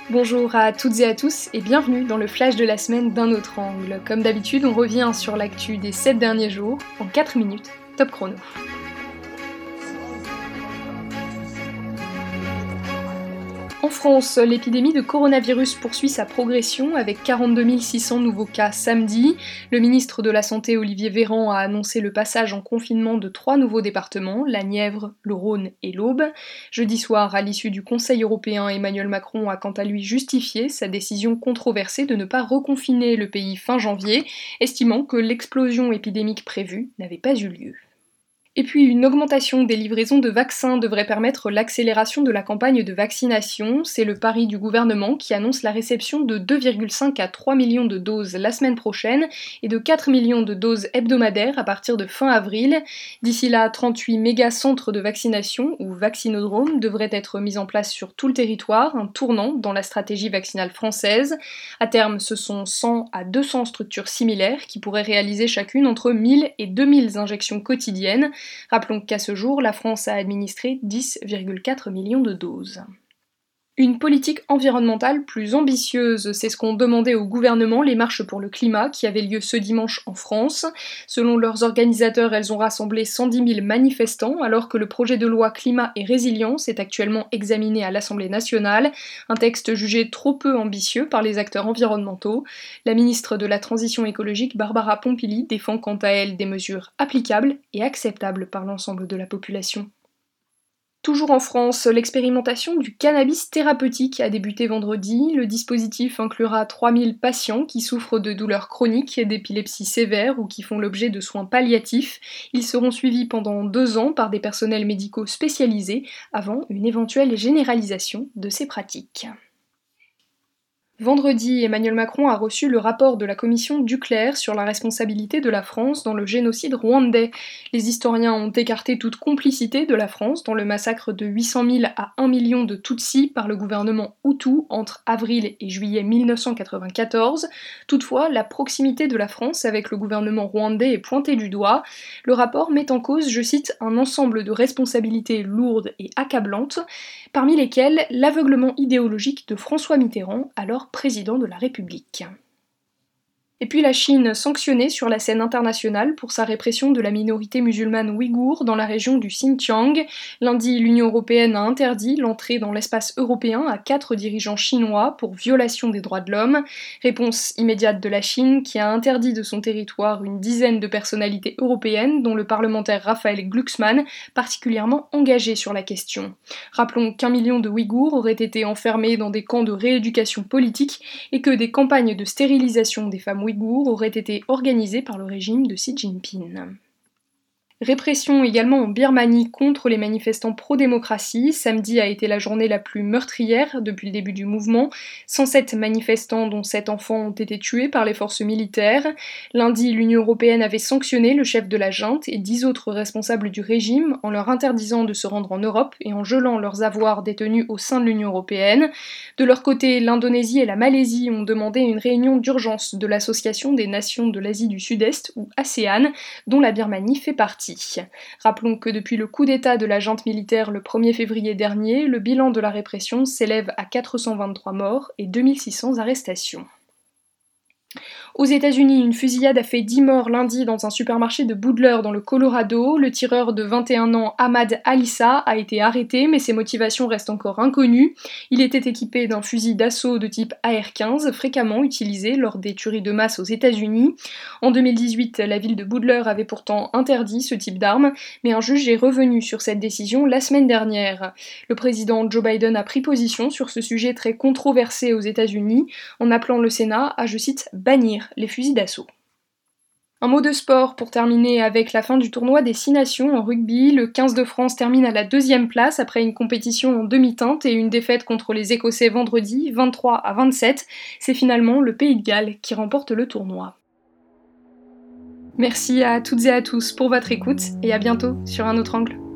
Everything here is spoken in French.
Bonjour à toutes et à tous et bienvenue dans le flash de la semaine d'un autre angle. Comme d'habitude, on revient sur l'actu des 7 derniers jours en 4 minutes, top chrono. En France, l'épidémie de coronavirus poursuit sa progression avec 42 600 nouveaux cas samedi. Le ministre de la Santé Olivier Véran a annoncé le passage en confinement de 3 nouveaux départements, la Nièvre, le Rhône et l'Aube. Jeudi soir, à l'issue du Conseil européen, Emmanuel Macron a quant à lui justifié sa décision controversée de ne pas reconfiner le pays fin janvier, estimant que l'explosion épidémique prévue n'avait pas eu lieu. Et puis, une augmentation des livraisons de vaccins devrait permettre l'accélération de la campagne de vaccination. C'est le pari du gouvernement qui annonce la réception de 2,5 à 3 millions de doses la semaine prochaine et de 4 millions de doses hebdomadaires à partir de fin avril. D'ici là, 38 méga-centres de vaccination, ou vaccinodromes, devraient être mis en place sur tout le territoire, un tournant dans la stratégie vaccinale française. À terme, ce sont 100 à 200 structures similaires qui pourraient réaliser chacune entre 1000 et 2000 injections quotidiennes. Rappelons qu'à ce jour, la France a administré 10,4 millions de doses. Une politique environnementale plus ambitieuse, c'est ce qu'ont demandé au gouvernement les marches pour le climat qui avaient lieu ce dimanche en France. Selon leurs organisateurs, elles ont rassemblé 110 000 manifestants alors que le projet de loi climat et résilience est actuellement examiné à l'Assemblée nationale, un texte jugé trop peu ambitieux par les acteurs environnementaux. La ministre de la Transition écologique, Barbara Pompili, défend quant à elle des mesures applicables et acceptables par l'ensemble de la population. Toujours en France, l'expérimentation du cannabis thérapeutique a débuté vendredi. Le dispositif inclura 3000 patients qui souffrent de douleurs chroniques, d'épilepsie sévère ou qui font l'objet de soins palliatifs. Ils seront suivis pendant 2 ans par des personnels médicaux spécialisés avant une éventuelle généralisation de ces pratiques. Vendredi, Emmanuel Macron a reçu le rapport de la commission Duclerc sur la responsabilité de la France dans le génocide rwandais. Les historiens ont écarté toute complicité de la France dans le massacre de 800 000 à 1 million de Tutsis par le gouvernement Hutu entre avril et juillet 1994. Toutefois, la proximité de la France avec le gouvernement rwandais est pointée du doigt. Le rapport met en cause, je cite, un ensemble de responsabilités lourdes et accablantes, parmi lesquelles l'aveuglement idéologique de François Mitterrand, alors président de la République. Et puis la Chine sanctionnée sur la scène internationale pour sa répression de la minorité musulmane ouïghour dans la région du Xinjiang. Lundi, l'Union européenne a interdit l'entrée dans l'espace européen à 4 dirigeants chinois pour violation des droits de l'homme. Réponse immédiate de la Chine qui a interdit de son territoire une dizaine de personnalités européennes dont le parlementaire Raphaël Glucksmann, particulièrement engagé sur la question. Rappelons qu'1 million de Ouïghours auraient été enfermés dans des camps de rééducation politique et que des campagnes de stérilisation des femmes ouïghours auraient été organisés par le régime de Xi Jinping. Répression également en Birmanie contre les manifestants pro-démocratie. Samedi a été la journée la plus meurtrière depuis le début du mouvement. 107 manifestants, dont 7 enfants, ont été tués par les forces militaires. Lundi, l'Union européenne avait sanctionné le chef de la junte et 10 autres responsables du régime en leur interdisant de se rendre en Europe et en gelant leurs avoirs détenus au sein de l'Union européenne. De leur côté, l'Indonésie et la Malaisie ont demandé une réunion d'urgence de l'Association des Nations de l'Asie du Sud-Est, ou ASEAN, dont la Birmanie fait partie. Rappelons que depuis le coup d'État de la junte militaire le 1er février dernier, le bilan de la répression s'élève à 423 morts et 2600 arrestations. Aux États-Unis, une fusillade a fait 10 morts lundi dans un supermarché de Boudler dans le Colorado. Le tireur de 21 ans, Ahmad Alissa, a été arrêté, mais ses motivations restent encore inconnues. Il était équipé d'un fusil d'assaut de type AR-15, fréquemment utilisé lors des tueries de masse aux États-Unis. En 2018, la ville de Boudler avait pourtant interdit ce type d'arme, mais un juge est revenu sur cette décision la semaine dernière. Le président Joe Biden a pris position sur ce sujet très controversé aux États-Unis, en appelant le Sénat à, je cite, bannir les fusils d'assaut. Un mot de sport pour terminer avec la fin du tournoi des 6 nations en rugby. Le 15 de France termine à la 2e place après une compétition en demi-teinte et une défaite contre les Écossais vendredi, 23-27. C'est finalement le Pays de Galles qui remporte le tournoi. Merci à toutes et à tous pour votre écoute et à bientôt sur un autre angle.